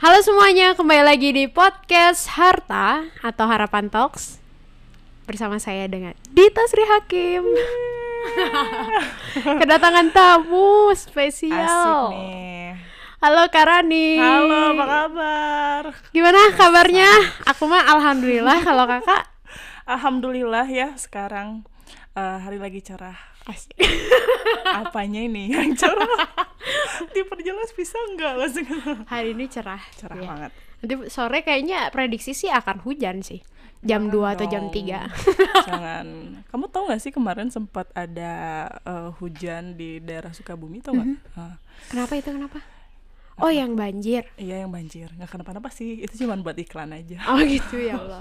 Halo semuanya, kembali lagi di podcast Harta atau Harapan Talks bersama saya dengan Dita Sri Hakim. Kedatangan tamu spesial. Asik nih. Halo Karani. Halo, apa kabar? Gimana kabarnya? Aku mah alhamdulillah. Kalau kakak? Alhamdulillah ya sekarang hari lagi cerah. Asik. Apanya ini yang cerah? Diperjelas bisa nggak langsung? Hari ini cerah. Cerah Iya. banget. Nanti sore kayaknya prediksi sih akan hujan sih. Jam 2 atau jam 3. Jangan. Kamu tahu nggak sih kemarin sempat ada hujan di daerah Sukabumi, tahu nggak? Kenapa itu kenapa? Oh, yang banjir. Iya, yang banjir. Nggak kenapa-napa sih. Itu cuma buat iklan aja. Oh gitu, ya Allah.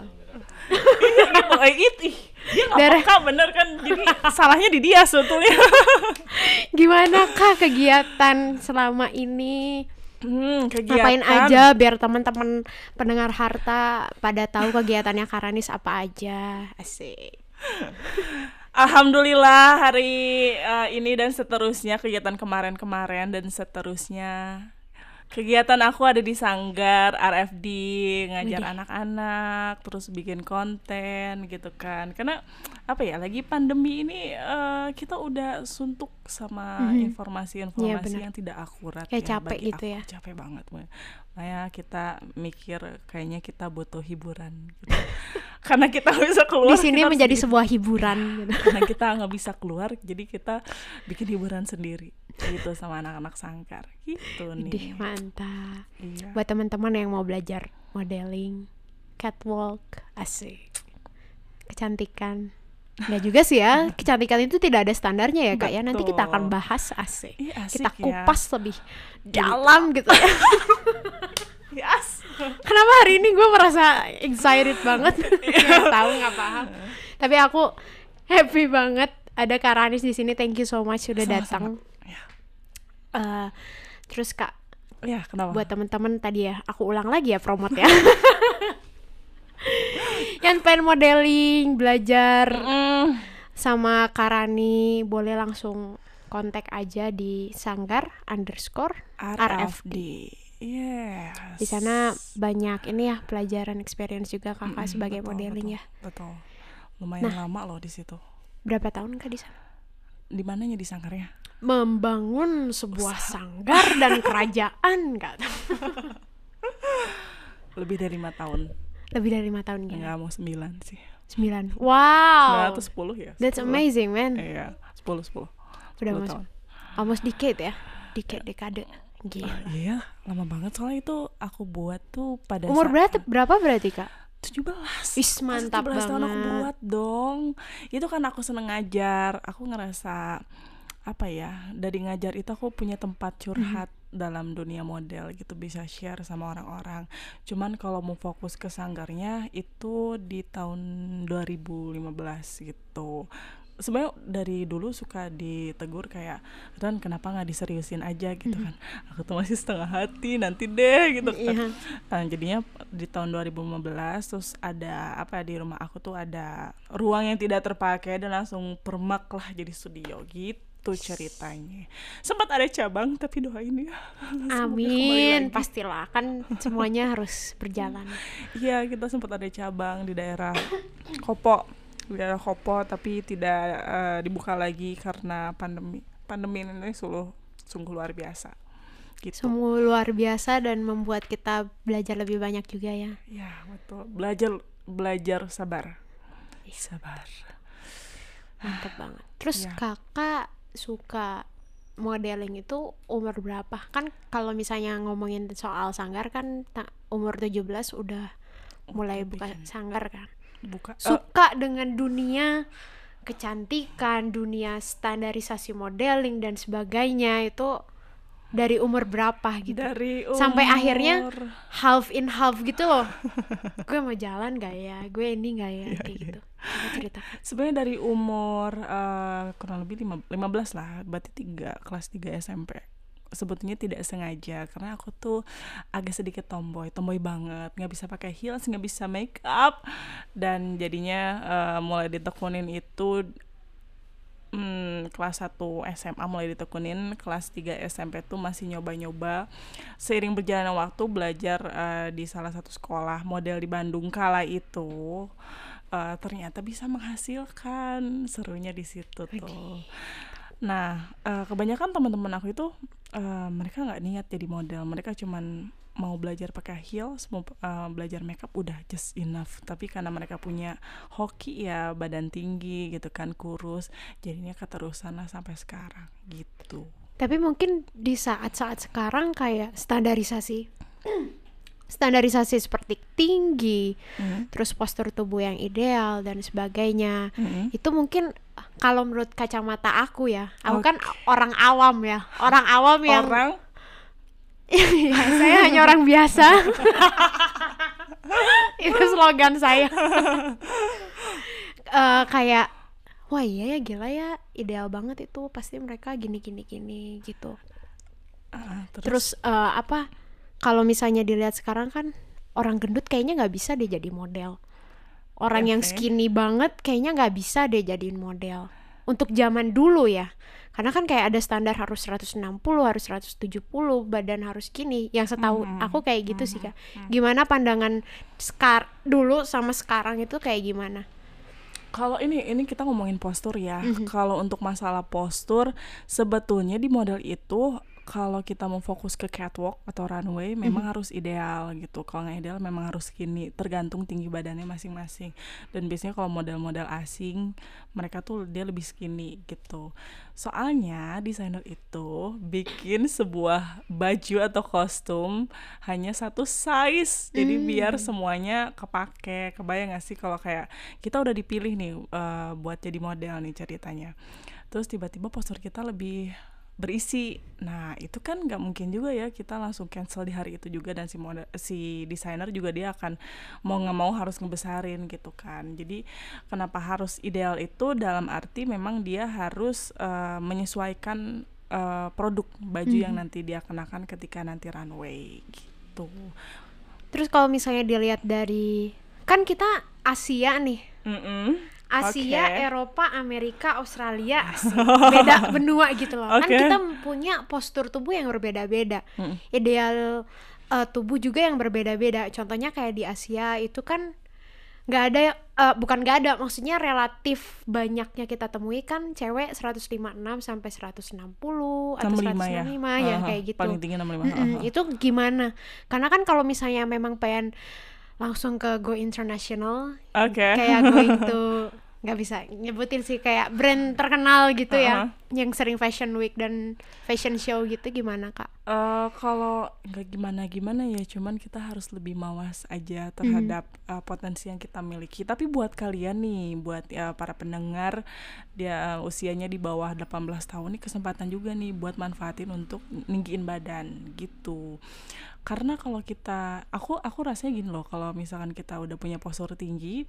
Gitu, dia nggak peka bener kan. Jadi salahnya di dia sebetulnya. Gimana kak kegiatan selama ini? Kegiatan. Ngapain aja biar teman-teman pendengar Harta pada tahu kegiatannya Karanis apa aja. Asik. Alhamdulillah hari ini dan seterusnya, kegiatan kemarin dan seterusnya. Kegiatan aku ada di Sanggar RFD, ngajar anak-anak, terus bikin konten gitu kan. Karena apa ya, lagi pandemi ini kita udah suntuk sama informasi-informasi yang tidak akurat. Kayak ya, capek bagi gitu aku, ya. Capek banget. Makanya kita mikir kayaknya kita butuh hiburan gitu. Karena kita nggak bisa keluar. Di sini menjadi sebuah hiburan gitu. Karena kita nggak bisa keluar, jadi kita bikin hiburan sendiri gitu sama anak-anak Sangkar gitu nih. Dih, mantap. Iya. Buat teman-teman yang mau belajar modeling, catwalk, asik. Kecantikan. Nggak juga sih ya, kecantikan itu tidak ada standarnya ya kak ya. Nanti kita akan bahas asik. Asik kita kupas ya. lebih dalam gitu ya. Yes. Kenapa hari ini gue merasa excited banget? Nggak tahu, nggak paham. Tapi aku happy banget ada Karanis di sini. Thank you so much sudah datang. Ya. Terus kak, Ya, kenapa? buat teman-teman tadi ya, aku ulang lagi ya promote ya. Yang pengen modeling, belajar sama Karani, boleh langsung kontak aja di Sanggar_RFD. Yes. Di sana banyak ini ya pelajaran experience juga kakak sebagai modeling ya. Betul. Lumayan lama loh di situ. Berapa tahun kak di sana? Di mananya di Sangkarnya? Membangun sebuah sanggar dan kerajaan kak. Lebih dari 5 tahun. Lebih dari 5 tahun gitu. Enggak, mau 9 sih. 9. Wow. 9 atau 10 ya? That's 10. amazing man. Iya, 10. Udah 10 tahun. almost decade ya. Dekade. Gila. Iya, lama banget soalnya itu aku buat tuh pada Umur berapa berarti kak? 17. Is mantap 17 tahun aku banget. buat dong. Itu kan aku seneng ngajar. Aku ngerasa apa ya, dari ngajar itu aku punya tempat curhat dalam dunia model gitu, bisa share sama orang-orang. Cuman kalau mau fokus ke sanggarnya itu di tahun 2015 gitu. Sebenarnya dari dulu suka ditegur kayak, Ran kenapa nggak diseriusin aja gitu kan. Aku tuh masih setengah hati, nanti deh gitu kan. Nah, jadinya di tahun 2015 terus ada apa, di rumah aku tuh ada ruang yang tidak terpakai dan langsung permak lah jadi studio gitu ceritanya. Sempat ada cabang tapi doain ya. Amin, pastilah kan semuanya harus berjalan. Iya, kita sempat ada cabang di daerah Kopo. Tapi tidak dibuka lagi karena pandemi ini sungguh luar biasa gitu. Sungguh luar biasa dan membuat kita belajar lebih banyak juga ya. Ya betul, belajar sabar. Mantap banget. Terus kakak suka modeling itu umur berapa? Kan kalau misalnya ngomongin soal sanggar kan umur 17 udah mulai buka sanggar kan. Suka dengan dunia kecantikan, dunia standarisasi modeling dan sebagainya itu dari umur berapa gitu? Sampai akhirnya half in half gitu loh. Gue mau jalan gak ya? Gue ini gak ya? Kayak gitu. Cerita. Sebenarnya dari umur kurang lebih 15 lah, berarti kelas 3 SMP. Sebetulnya tidak sengaja karena aku tuh agak sedikit tomboy banget, nggak bisa pakai heels, nggak bisa make up, dan jadinya mulai ditekunin itu kelas 1 SMA mulai ditekunin, kelas 3 SMP tuh masih nyoba-nyoba. Seiring berjalannya waktu belajar di salah satu sekolah model di Bandung kala itu, ternyata bisa menghasilkan, serunya di situ tuh. Nah, kebanyakan teman-teman aku itu mereka nggak niat jadi model, mereka cuman mau belajar pakai heels, mau belajar makeup udah just enough. Tapi karena mereka punya hoki ya, badan tinggi gitu kan, kurus, jadinya keterusan lah sampai sekarang gitu. Tapi mungkin di saat-saat sekarang kayak standarisasi seperti tinggi, terus postur tubuh yang ideal dan sebagainya. Itu mungkin kalau menurut kacamata aku ya, aku kan orang awam ya, orang awam yang ya, saya hanya orang biasa. Itu slogan saya. Kayak wah iya ya, gila ya, ideal banget itu, pasti mereka gini gitu. Terus apa, kalau misalnya dilihat sekarang kan orang gendut kayaknya nggak bisa deh jadi model. Orang yang skinny banget kayaknya nggak bisa deh jadiin model. Untuk zaman dulu ya, karena kan kayak ada standar harus 160, harus 170, badan harus gini. Yang setahu aku kayak gitu sih Kak. Gimana pandangan dulu sama sekarang itu kayak gimana? Kalau ini kita ngomongin postur ya. Kalau untuk masalah postur, sebetulnya di model itu kalau kita mau fokus ke catwalk atau runway memang harus ideal gitu. Kalau nggak ideal memang harus skinny, tergantung tinggi badannya masing-masing. Dan biasanya kalau model-model asing mereka tuh dia lebih skinny gitu. Soalnya desainer itu bikin sebuah baju atau kostum hanya satu size, jadi biar semuanya kepake. Kebayang gak sih kalau kayak kita udah dipilih nih buat jadi model nih ceritanya, terus tiba-tiba postur kita lebih berisi. Nah itu kan nggak mungkin juga ya kita langsung cancel di hari itu juga, dan si desainer juga dia akan mau nggak mau harus ngebesarin gitu kan. Jadi kenapa harus ideal itu dalam arti memang dia harus menyesuaikan produk baju yang nanti dia kenakan ketika nanti runway gitu. Terus kalau misalnya dilihat dari, kan kita Asia nih, Asia, Eropa, Amerika, Australia, beda benua gitu loh. Kan kita punya postur tubuh yang berbeda-beda, ideal tubuh juga yang berbeda-beda. Contohnya kayak di Asia itu kan nggak ada, bukan nggak ada, maksudnya relatif banyaknya kita temui kan cewek 156 sampai 160 atau 165 ya kayak gitu. Paling tinggi 65. Itu gimana? Karena kan kalau misalnya memang pengen langsung ke go international, kayak going to, nggak bisa nyebutin sih, kayak brand terkenal gitu ya, yang sering fashion week dan fashion show gitu, gimana Kak? Kalau nggak gimana ya, cuman kita harus lebih mawas aja terhadap potensi yang kita miliki. Tapi buat kalian nih, buat para pendengar dia usianya di bawah 18 tahun nih, kesempatan juga nih buat manfaatin untuk ninggiin badan gitu. Karena kalau kita, aku rasanya gini loh, kalau misalkan kita udah punya postur tinggi,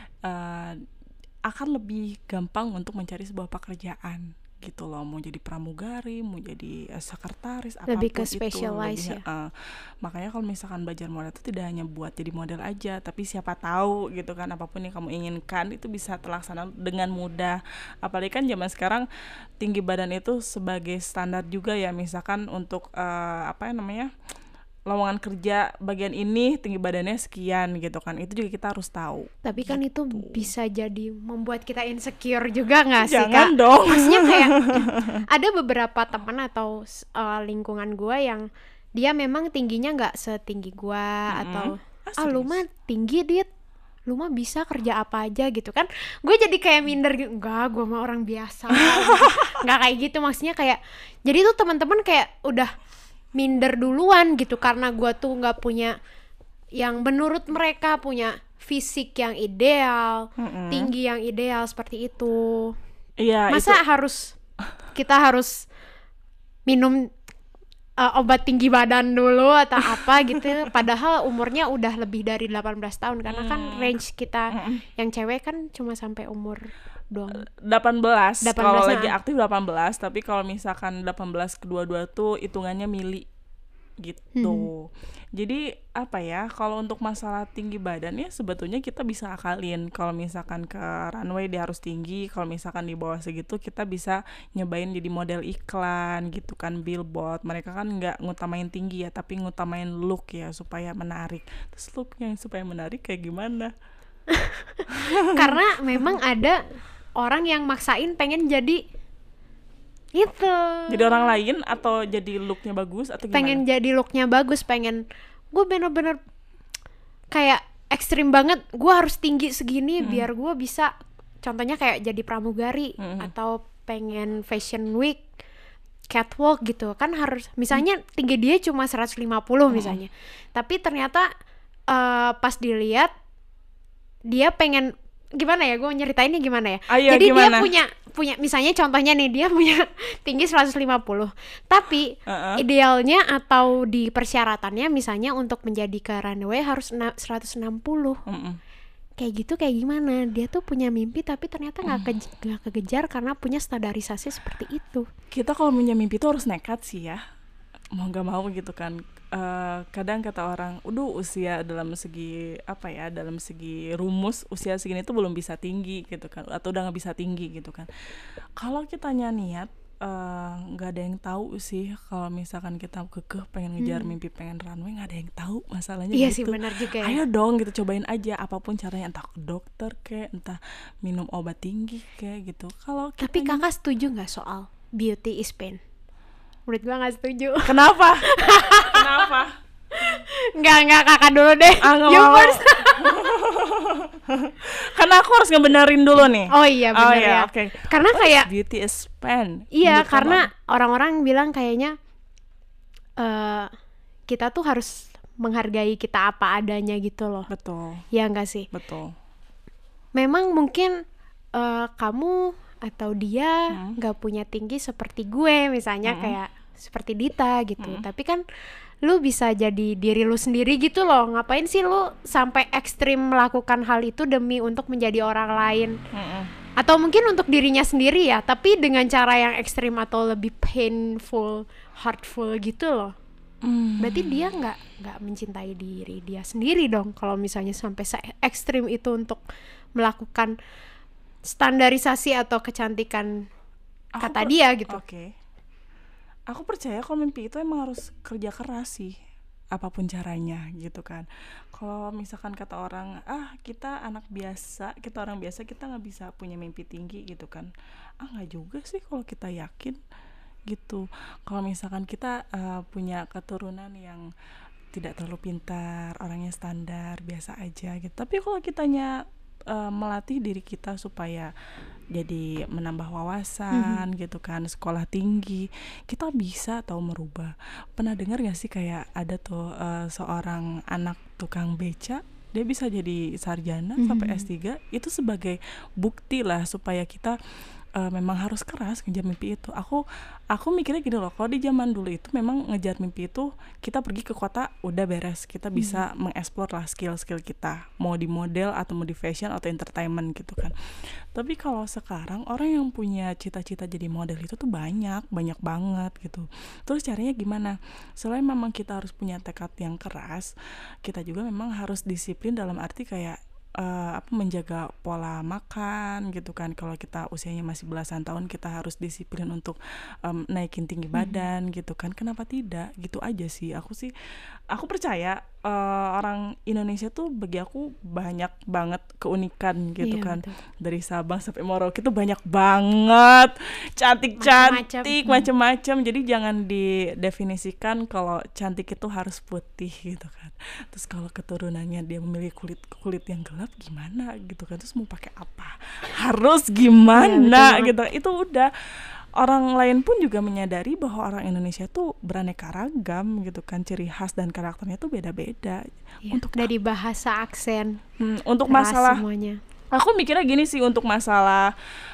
akan lebih gampang untuk mencari sebuah pekerjaan gitu loh, mau jadi pramugari, mau jadi sekretaris, apapun lebih ke itu specialize lebih, ya. Makanya kalau misalkan belajar model itu tidak hanya buat jadi model aja, tapi siapa tahu gitu kan, apapun yang kamu inginkan itu bisa terlaksana dengan mudah. Apalagi kan zaman sekarang tinggi badan itu sebagai standar juga ya, misalkan untuk lowongan kerja bagian ini tinggi badannya sekian gitu kan, itu juga kita harus tahu. Tapi kan itu bisa jadi membuat kita insecure juga nggak sih Kak? Jangan dong. Maksudnya kayak ada beberapa teman atau lingkungan gue yang dia memang tingginya nggak setinggi gue, atau lu mah tinggi Dit, lu mah bisa kerja apa aja gitu kan. Gue jadi kayak minder gitu, enggak, gue mah orang biasa. Nggak kayak gitu, maksudnya kayak jadi tuh teman-teman kayak udah minder duluan gitu, karena gue tuh nggak punya yang menurut mereka punya fisik yang ideal, tinggi yang ideal seperti itu. Iya, masa kita harus minum obat tinggi badan dulu atau apa gitu, padahal umurnya udah lebih dari 18 tahun, karena kan range kita yang cewek kan cuma sampai umur 18 kalau lagi aktif 18, tapi kalau misalkan 18 kedua-dua tuh hitungannya mili gitu. Jadi apa ya, kalau untuk masalah tinggi badan ya sebetulnya kita bisa akalin. Kalau misalkan ke runway dia harus tinggi, kalau misalkan di bawah segitu kita bisa nyobain jadi model iklan gitu kan, billboard. Mereka kan nggak ngutamain tinggi ya, tapi ngutamain look ya supaya menarik. Terus look yang supaya menarik kayak gimana? Karena memang ada orang yang maksain pengen jadi itu, Jadi orang lain atau jadi looknya bagus atau gimana? pengen jadi looknya bagus, pengen gue bener-bener kayak ekstrim banget, gue harus tinggi segini biar gue bisa, contohnya kayak jadi pramugari atau pengen fashion week, catwalk gitu kan, harus misalnya tinggi dia cuma 150 misalnya, tapi ternyata pas dilihat dia pengen gimana ya, gue nyeritainnya gimana ya. Ayo, jadi gimana? dia punya misalnya contohnya nih, dia punya tinggi 150, tapi idealnya atau di persyaratannya misalnya untuk menjadi ke runway harus 160. Kayak gitu, kayak gimana, dia tuh punya mimpi tapi ternyata nggak kekejar karena punya standarisasi seperti itu. Kita kalau punya mimpi itu harus nekat sih ya, mau nggak mau gitu kan. Kadang kata orang, usia dalam segi apa ya, dalam segi rumus usia segini tuh belum bisa tinggi gitu kan, atau udah nggak bisa tinggi gitu kan. Kalau kitanya niat, nggak ada yang tahu sih. Kalau misalkan kita kekeh pengen ngejar mimpi pengen runway, nggak ada yang tahu masalahnya. Iya gitu sih, benar juga ya. Ayo dong gitu, cobain aja apapun caranya, entah ke dokter kayak, entah minum obat tinggi kayak gitu. Kalau Tapi kakak setuju nggak soal beauty is pain? Menurut gue nggak setuju. Kenapa? Kenapa? Nggak, kakak dulu deh. Nggak You mau. first. Karena aku harus ngebenerin dulu nih. Oh iya, benar ya. Okay. Karena kayak beauty is pain. iya, Menurut karena kamu? orang-orang bilang kayaknya kita tuh harus menghargai kita apa adanya gitu loh. Betul. Ya nggak sih? Betul. Memang mungkin kamu atau dia nggak punya tinggi seperti gue misalnya, kayak seperti Dita gitu, tapi kan lu bisa jadi diri lu sendiri gitu loh. Ngapain sih lu sampai ekstrim melakukan hal itu demi untuk menjadi orang lain, atau mungkin untuk dirinya sendiri ya, tapi dengan cara yang ekstrim atau lebih painful, hurtful gitu loh. Berarti dia nggak mencintai diri dia sendiri dong kalau misalnya sampai ekstrim itu untuk melakukan standarisasi atau kecantikan kata dia gitu. Oke. Aku percaya kalau mimpi itu emang harus kerja keras sih, apapun caranya gitu kan. Kalau misalkan kata orang, kita anak biasa, kita orang biasa, kita nggak bisa punya mimpi tinggi gitu kan. Nggak juga sih kalau kita yakin gitu. Kalau misalkan kita punya keturunan yang tidak terlalu pintar, orangnya standar, biasa aja gitu. Tapi kalau kitanya melatih diri kita supaya jadi menambah wawasan gitu kan, sekolah tinggi, kita bisa tahu merubah. Pernah dengar gak sih kayak ada tuh seorang anak tukang beca, dia bisa jadi sarjana sampai S3, itu sebagai bukti lah supaya kita memang harus keras ngejar mimpi itu. Aku mikirnya gini loh, kalau di zaman dulu itu memang ngejar mimpi itu kita pergi ke kota udah beres, kita bisa mengeksplor lah skill-skill kita, mau di model atau mau di fashion atau entertainment gitu kan. Tapi kalau sekarang orang yang punya cita-cita jadi model itu tuh banyak banget gitu. Terus caranya gimana? Selain memang kita harus punya tekad yang keras, kita juga memang harus disiplin dalam arti kayak menjaga pola makan gitu kan. Kalau kita usianya masih belasan tahun, kita harus disiplin untuk naikin tinggi badan gitu kan. Kenapa tidak? Gitu aja sih. Aku percaya orang Indonesia tuh bagi aku banyak banget keunikan gitu kan. Betul. Dari Sabang sampai Merauke itu banyak banget cantik-cantik macam-macam. Jadi jangan didefinisikan kalau cantik itu harus putih gitu kan. Terus kalau keturunannya dia memiliki kulit yang gelap gimana gitu kan, terus mau pakai apa, harus gimana gitu. Itu udah orang lain pun juga menyadari bahwa orang Indonesia tuh beraneka ragam gitu kan, ciri khas dan karakternya tuh beda-beda ya, untuk dari bahasa, aksen, untuk masalah semuanya. Aku mikirnya gini sih, untuk masalah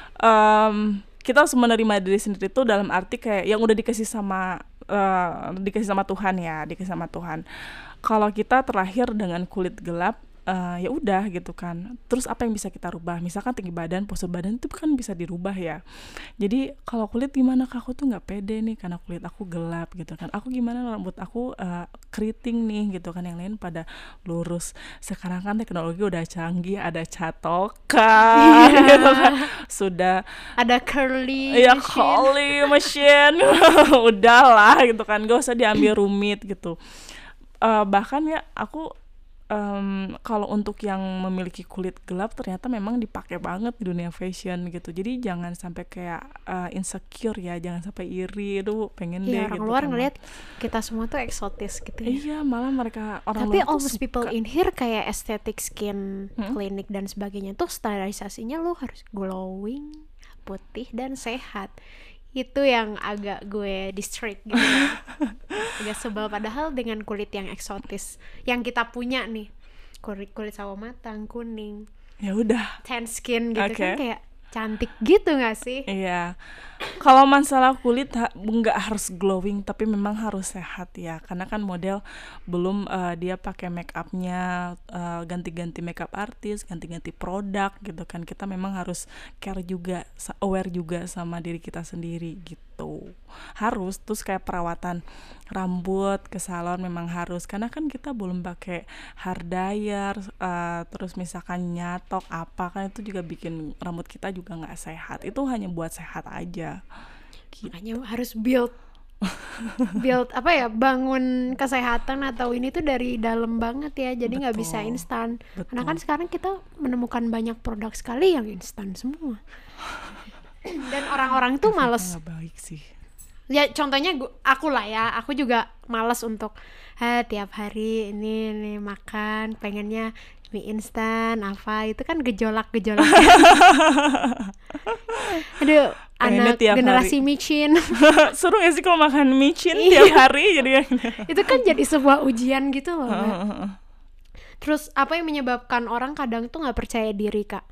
kita harus menerima diri sendiri tuh dalam arti kayak yang udah dikasih sama Tuhan ya, dikasih sama Tuhan. Kalau kita terlahir dengan kulit gelap, ya udah gitu kan. Terus apa yang bisa kita rubah? Misalkan tinggi badan, postur badan itu kan bisa dirubah ya. Jadi kalau kulit gimana, Kak, aku tuh nggak pede nih karena kulit aku gelap gitu kan. Aku gimana, rambut aku keriting nih gitu kan, yang lain pada lurus. Sekarang kan teknologi udah canggih, ada catokan gitu kan. Sudah ada curly ya machine. curly machine. Udahlah gitu kan, gak usah diambil rumit gitu. Bahkan ya aku kalau untuk yang memiliki kulit gelap ternyata memang dipakai banget di dunia fashion gitu. Jadi jangan sampai kayak insecure ya, jangan sampai iri, aduh pengen deh orang gitu luar kan. ngeliat kita semua tuh eksotis gitu ya. Iya, malah mereka orang Tapi luar tuh almost people suka. in here kayak aesthetic skin clinic dan sebagainya tuh standarisasinya lo harus glowing, putih dan sehat. Itu yang agak gue distract gitu ya. Agak sebel, padahal dengan kulit yang eksotis yang kita punya nih, kulit sawo matang, kuning, Ya udah. tan skin gitu Oke. kan kayak cantik gitu gak sih? Iya. Kalau masalah kulit nggak harus glowing, tapi memang harus sehat ya. Karena kan model belum dia pakai make upnya, ganti-ganti makeup artis, ganti-ganti produk gitu kan. Kita memang harus care juga, aware juga sama diri kita sendiri gitu. Harus. Terus kayak perawatan rambut ke salon memang harus, karena kan kita belum pakai hair dryer, terus misalkan nyatok apa, kan itu juga bikin rambut kita juga nggak sehat. Itu hanya buat sehat aja gitu. Makanya harus build apa ya, bangun kesehatan atau ini tuh dari dalam banget ya, jadi nggak bisa Betul. instan. Betul. Karena kan sekarang kita menemukan banyak produk sekali yang instan semua. Dan orang-orang tuh males. Nggak baik sih. Ya contohnya aku lah ya, aku juga males untuk tiap hari ini makan, pengennya mie instan apa, itu kan gejolak-gejolak. Aduh, Pengennya anak tiap generasi hari. micin. Seru gak sih kalau makan micin Iya. tiap hari jadi Itu kan jadi sebuah ujian gitu loh, Mbak. Terus apa yang menyebabkan orang kadang tuh nggak percaya diri, Kak?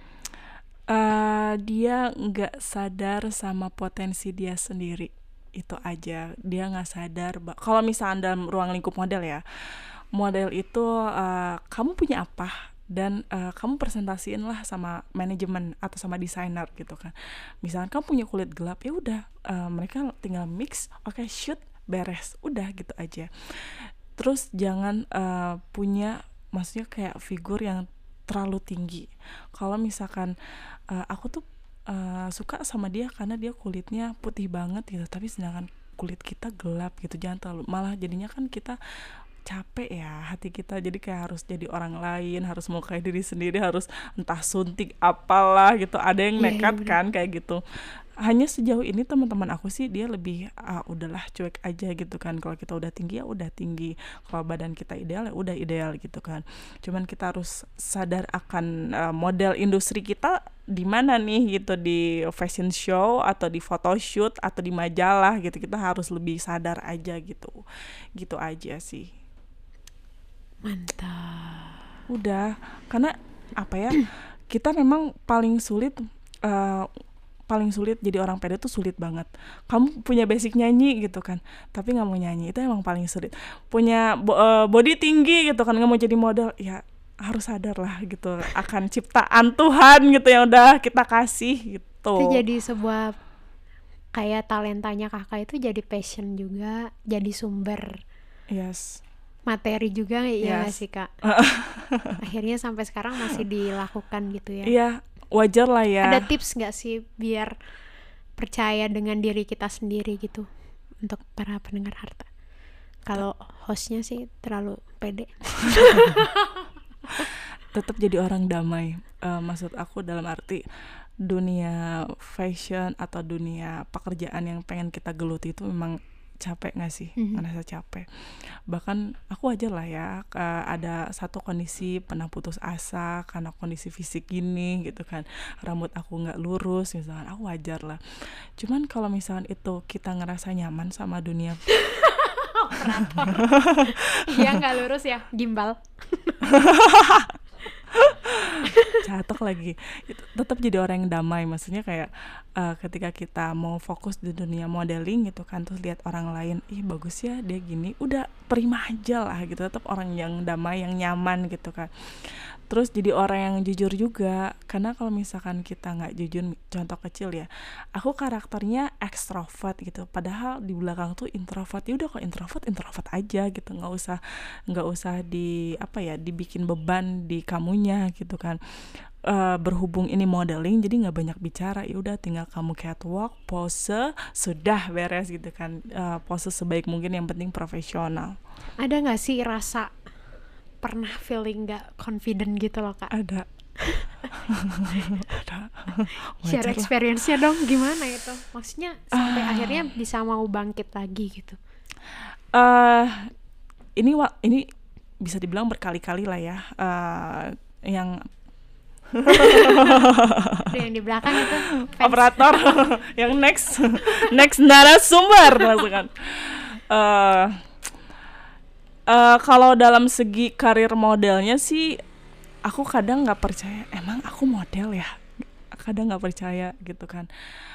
Dia nggak sadar sama potensi dia sendiri. Itu aja, dia nggak sadar. Kalau misalnya dalam ruang lingkup model ya, model itu kamu punya apa, dan kamu presentasiin lah sama manajemen atau sama desainer gitu kan. Misalkan kamu punya kulit gelap, ya udah, mereka tinggal mix, oke, shoot, beres, udah gitu aja. Terus jangan punya, maksudnya kayak figur yang terlalu tinggi. Kalau misalkan aku tuh suka sama dia karena dia kulitnya putih banget gitu, tapi sedangkan kulit kita gelap gitu, jangan terlalu, malah jadinya kan kita capek ya hati kita, jadi kayak harus jadi orang lain, harus melukai diri sendiri, harus entah suntik apalah gitu. Ada yang nekat kan kayak gitu. Hanya sejauh ini teman-teman aku sih dia lebih udahlah cuek aja gitu kan. Kalau kita udah tinggi ya udah tinggi, kalau badan kita ideal ya udah ideal gitu kan. Cuman kita harus sadar akan model industri kita di mana nih gitu, di fashion show atau di photoshoot atau di majalah gitu. Kita harus lebih sadar aja gitu. Gitu aja sih. Mantap. Udah, karena apa ya, kita memang paling sulit jadi orang pede tuh sulit banget. Kamu punya basic nyanyi gitu kan, tapi nggak mau nyanyi, itu emang paling sulit. Punya body tinggi gitu kan, nggak mau jadi model, ya harus sadar lah gitu akan ciptaan Tuhan gitu yang udah kita kasih gitu. Itu jadi sebuah kayak talentanya kakak itu jadi passion juga, jadi sumber materi juga ya nggak sih, Kak? Akhirnya sampai sekarang masih dilakukan gitu ya. Iya, wajar lah ya. Ada tips nggak sih biar percaya dengan diri kita sendiri gitu untuk para pendengar harta? Kalau hostnya sih terlalu pede. Tetap jadi orang damai. Maksud aku dalam arti dunia fashion atau dunia pekerjaan yang pengen kita geluti itu memang capek gak sih? Ngerasa capek. Bahkan aku wajar lah ya, ada satu kondisi pernah putus asa karena kondisi fisik gini gitu kan, rambut aku gak lurus misalkan, aku wajar lah. Cuman kalau misalkan itu kita ngerasa nyaman sama dunia Iya, gak lurus ya, gimbal. catok lagi. Tetap jadi orang yang damai, maksudnya kayak ketika kita mau fokus di dunia modeling gitu kan, terus lihat orang lain, ih bagus ya dia gini, udah terima aja lah gitu. Tetap orang yang damai, yang nyaman gitu kan. Terus jadi orang yang jujur juga, karena kalau misalkan kita nggak jujur, contoh kecil ya, aku karakternya ekstrovert gitu, padahal di belakang tuh introvert. Ya udah, kalau introvert aja gitu, nggak usah dibikin beban di kamunya gitu kan. Berhubung ini modeling jadi nggak banyak bicara, ya udah tinggal kamu catwalk, pose, sudah beres gitu kan. Pose sebaik mungkin, yang penting profesional. Ada nggak sih rasa pernah feeling nggak confident gitu loh Kak? Ada. Ada. Share experience-nya dong, gimana itu? Maksudnya sampai akhirnya bisa mau bangkit lagi gitu. Ini bisa dibilang berkali-kali lah ya. Yang yang di belakang itu fans. Operator yang next narasumber langsung kan. Kalau dalam segi karir modelnya sih, aku kadang nggak percaya, emang aku model ya, kadang nggak percaya gitu kan.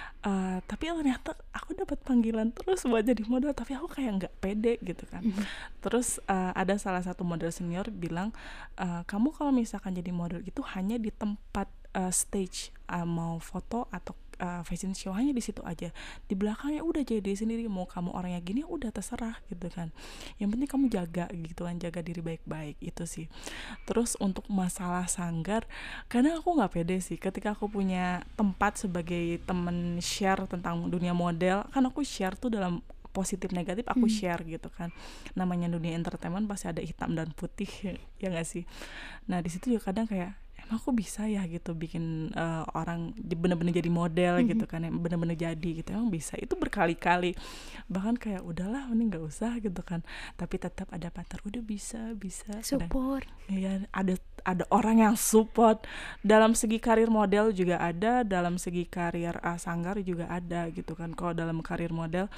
Tapi ternyata aku dapat panggilan terus buat jadi model, tapi aku kayak nggak pede gitu kan. Terus ada salah satu model senior bilang, kamu kalau misalkan jadi model itu hanya di tempat stage, mau foto atau fashion show hanya di situ aja, di belakangnya udah jadi sendiri, mau kamu orangnya gini udah terserah gitu kan, yang penting kamu jaga gitu kan, jaga diri baik-baik, itu sih. Terus untuk masalah sanggar, kadang aku nggak pede sih ketika aku punya tempat sebagai temen share tentang dunia model, kan aku share tuh dalam positif negatif, aku share gitu kan. Namanya dunia entertainment pasti ada hitam dan putih, ya nggak sih. Nah di situ juga kadang kayak, emang aku bisa ya gitu bikin orang bener-bener jadi model gitu kan, yang bener-bener jadi gitu, emang bisa. Itu berkali-kali, bahkan kayak udahlah mending nggak usah gitu kan, tapi tetap ada partner, udah bisa support. Ya ada orang yang support. Dalam segi karir model juga ada, dalam segi karir sanggar juga ada gitu kan. Kalau dalam karir model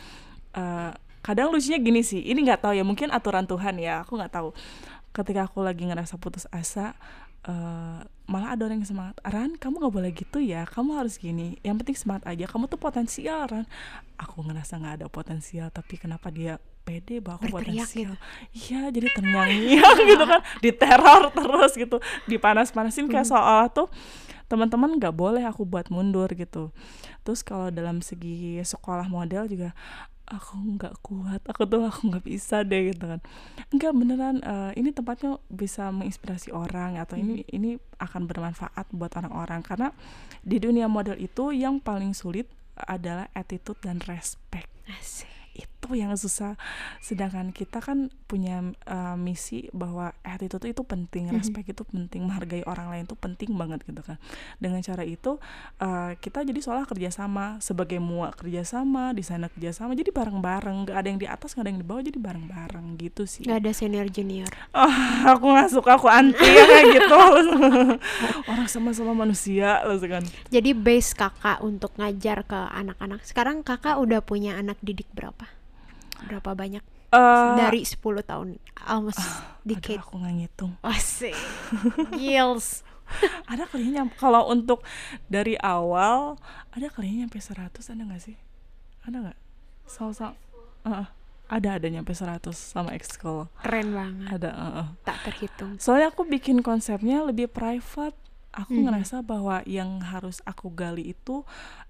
kadang lucunya gini sih, ini nggak tahu ya, mungkin aturan Tuhan ya, aku nggak tahu. Ketika aku lagi ngerasa putus asa, malah ada orang yang semangat, Ran kamu nggak boleh gitu ya, kamu harus gini, yang penting semangat aja, kamu tuh potensial Ran. Aku ngerasa nggak ada potensial, tapi kenapa dia pede bahwa aku potensial gitu. Iya, jadi terngiang-ngiang gitu kan, diteror terus gitu, dipanas-panasin kayak soal tuh teman-teman nggak boleh aku buat mundur gitu. Terus kalau dalam segi sekolah model juga, aku nggak kuat, aku nggak bisa deh gitu kan. Enggak, beneran, ini tempatnya bisa menginspirasi orang, atau ini akan bermanfaat buat orang-orang, karena di dunia model itu yang paling sulit adalah attitude dan respect. Asik. Itu yang susah, sedangkan kita kan punya misi bahwa attitude itu penting, respect itu penting, menghargai orang lain itu penting banget gitu kan. Dengan cara itu kita jadi seolah kerjasama, sebagai mua kerjasama, desainer kerjasama, jadi bareng-bareng, nggak ada yang di atas, nggak ada yang di bawah, jadi bareng-bareng gitu sih. Nggak ada senior junior. Aku nggak suka, aku anti ya kayak gitu. Orang sama-sama manusia lah kan. Jadi base kakak untuk ngajar ke anak-anak, sekarang kakak udah punya anak didik berapa banyak? Dari 10 tahun, almost decade. Aduh, aku nggak ngitung. Asik. Gils. Ada kalinya, kalau untuk dari awal ada kalinya sampai 100, ada nggak sih? Ada nggak? Ada nyampe 100 sama ekskul. Keren banget. Ada. Tak terhitung. Soalnya aku bikin konsepnya lebih private. Aku ngerasa bahwa yang harus aku gali itu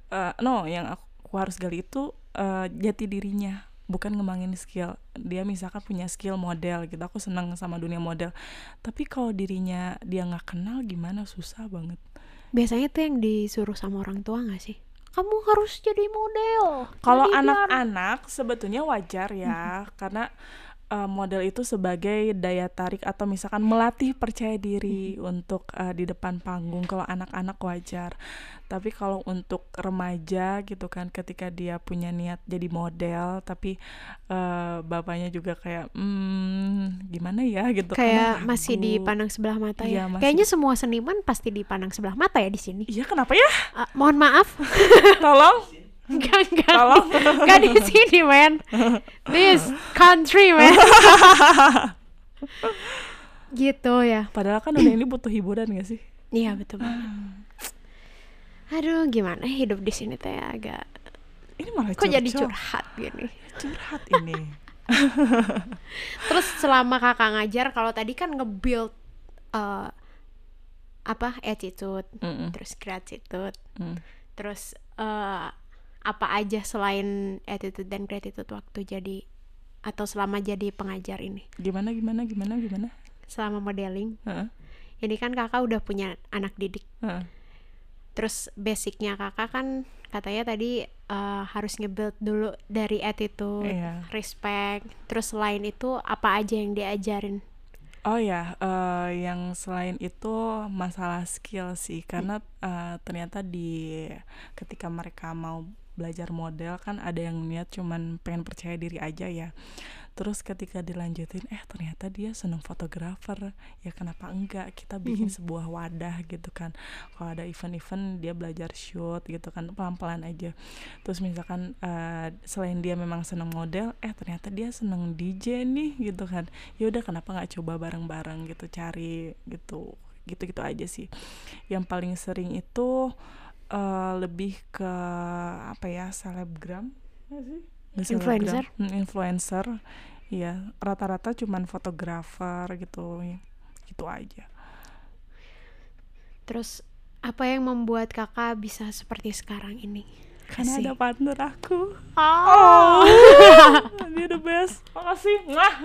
jati dirinya, bukan ngembangin skill. Dia misalkan punya skill model gitu, aku senang sama dunia model, tapi kalau dirinya dia nggak kenal gimana, susah banget. Biasanya tuh yang disuruh sama orang tua nggak sih? Kamu harus jadi model. Kalau anak-anak sebetulnya wajar ya, karena model itu sebagai daya tarik atau misalkan melatih percaya diri untuk di depan panggung. Kalau anak-anak wajar, tapi kalau untuk remaja gitu kan, ketika dia punya niat jadi model tapi bapaknya juga kayak gimana ya gitu, kayak masih dipandang sebelah mata ya. Kayaknya semua seniman pasti dipandang sebelah mata ya di sini. Iya, kenapa ya? Mohon maaf. Tolong. Enggak di sini, man. This country, man. Gitu ya. Padahal kan udah ini butuh hiburan gak sih? Iya betul banget. Aduh gimana hidup di sini teh agak. Ini malah kok jadi curhat gini. Curhat ini. Terus selama kakak ngajar, kalau tadi kan nge-build attitude, terus gratitude, terus apa aja selain attitude dan gratitude waktu jadi atau selama jadi pengajar ini? Gimana? Selama modeling, ini kan kakak udah punya anak didik. Terus basicnya kakak kan katanya tadi harus nge-build dulu dari attitude, respect. Terus selain itu apa aja yang diajarin? Oh ya, yang selain itu masalah skill sih, karena ternyata ketika mereka mau belajar model kan ada yang niat cuman pengen percaya diri aja ya. Terus ketika dilanjutin, ternyata dia seneng fotografer, ya kenapa enggak kita bikin sebuah wadah gitu kan. Kalau ada event-event dia belajar shoot gitu kan, pelan-pelan aja. Terus misalkan selain dia memang seneng model, ternyata dia seneng DJ nih gitu kan. Ya udah kenapa nggak coba bareng-bareng gitu, cari gitu aja sih. Yang paling sering itu lebih ke apa ya, selebgram sih? Influencer. Iya, rata-rata cuman fotografer gitu aja. Terus apa yang membuat kakak bisa seperti sekarang ini? Karena ada partner aku. Dia the best. Makasih.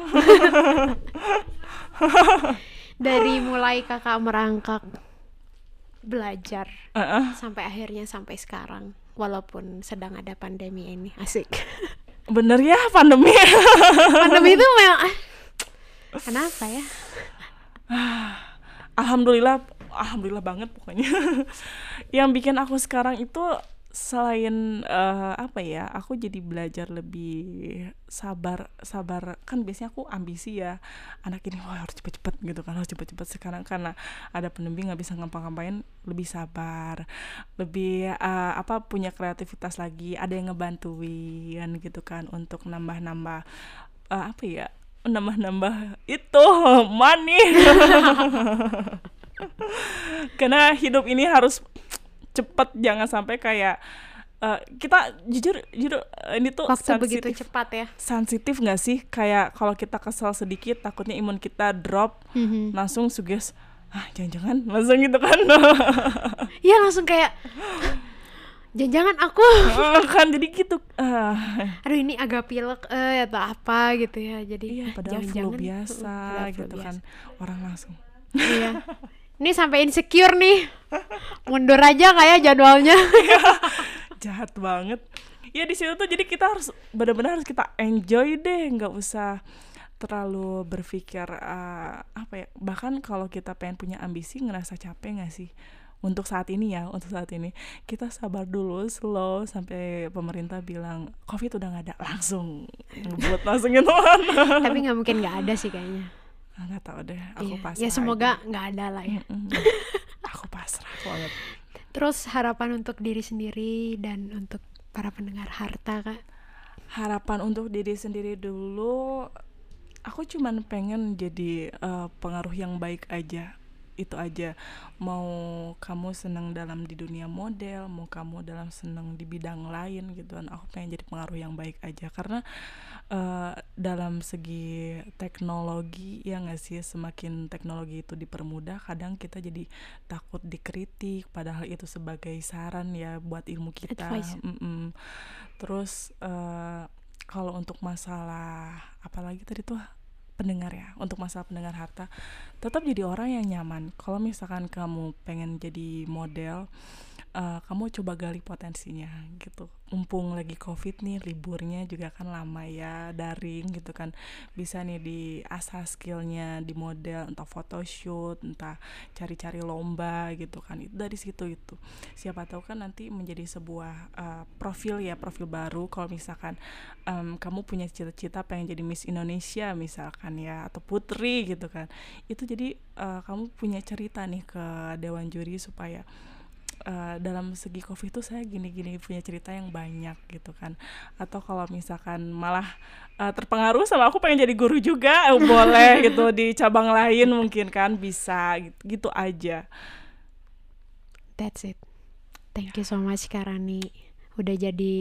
Dari mulai kakak merangkak belajar sampai akhirnya sampai sekarang, walaupun sedang ada pandemi ini, asik. Bener ya, pandemi itu memang kenapa ya? Alhamdulillah banget pokoknya. Yang bikin aku sekarang itu selain aku jadi belajar lebih sabar kan. Biasanya aku ambisi ya, anak ini harus cepet-cepet gitu kan, harus cepet-cepet. Sekarang karena ada pandemi nggak bisa ngapa-ngapain, lebih sabar, lebih punya kreativitas lagi, ada yang ngebantuin gitu kan untuk nambah itu money. Karena hidup ini harus cepet, jangan sampai kayak kita jujur ini tuh waktu begitu cepat ya. Sensitif nggak sih, kayak kalau kita kesal sedikit takutnya imun kita drop, langsung suges jangan-jangan langsung gitu kan. Iya langsung kayak jangan aku kan jadi gitu. Aduh ini agak pilek atau apa gitu ya, jadi padahal flu biasa gitu kan, orang langsung. Iya. Ini sampai insecure nih. Mundur aja kayak jadwalnya. Jahat banget. Ya di situ tuh jadi kita harus benar-benar harus kita enjoy deh, nggak usah terlalu berpikir bahkan kalau kita pengen punya ambisi ngerasa capek nggak sih? Untuk saat ini kita sabar dulu, slow sampai pemerintah bilang COVID udah nggak ada, langsung ngebuat langsung gitu. Tapi nggak mungkin nggak ada sih kayaknya. Nggak tahu deh, aku pasrah. Ya semoga nggak ada lah ya. Aku pasrah banget. Terus harapan untuk diri sendiri dan untuk para pendengar Harta, Kak? Harapan untuk diri sendiri dulu, aku cuman pengen jadi pengaruh yang baik aja. Itu aja. Mau kamu senang di dunia model, mau kamu senang di bidang lain gitu kan, aku pengen jadi pengaruh yang baik aja. Karena dalam segi teknologi ya nggak sih, semakin teknologi itu dipermudah, kadang kita jadi takut dikritik padahal itu sebagai saran ya buat ilmu kita. Terus kalau untuk masalah apalagi tadi tuh pendengar ya, untuk masalah pendengar Harta, tetap jadi orang yang nyaman. Kalau misalkan kamu pengen jadi model, kamu coba gali potensinya gitu. Mumpung lagi COVID nih, liburnya juga kan lama ya, daring gitu kan, bisa nih diasah skillnya di model, entah photoshoot, entah cari-cari lomba gitu kan. Itu dari situ itu siapa tahu kan nanti menjadi sebuah profil baru. Kalau misalkan kamu punya cita-cita pengen jadi Miss Indonesia misalkan ya, atau Putri gitu kan, itu jadi kamu punya cerita nih ke dewan juri supaya dalam segi COVID tuh saya gini-gini, punya cerita yang banyak gitu kan. Atau kalau misalkan malah terpengaruh sama aku pengen jadi guru juga, boleh gitu di cabang lain mungkin kan bisa gitu aja. That's it. Thank you so much Kak Rani udah jadi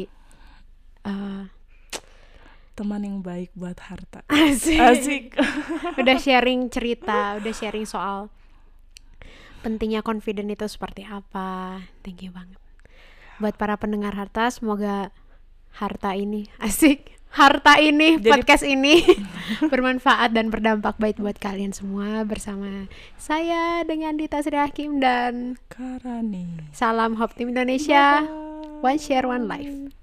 teman yang baik buat Harta. Asik. Udah sharing cerita, udah sharing soal pentingnya confident itu seperti apa. Thank you banget. Buat para pendengar Harta, semoga Harta ini podcast ini bermanfaat dan berdampak baik buat kalian semua. Bersama saya dengan Dita Sri Hakim dan Kak Rani. Salam Hope Team Indonesia. One share, one life.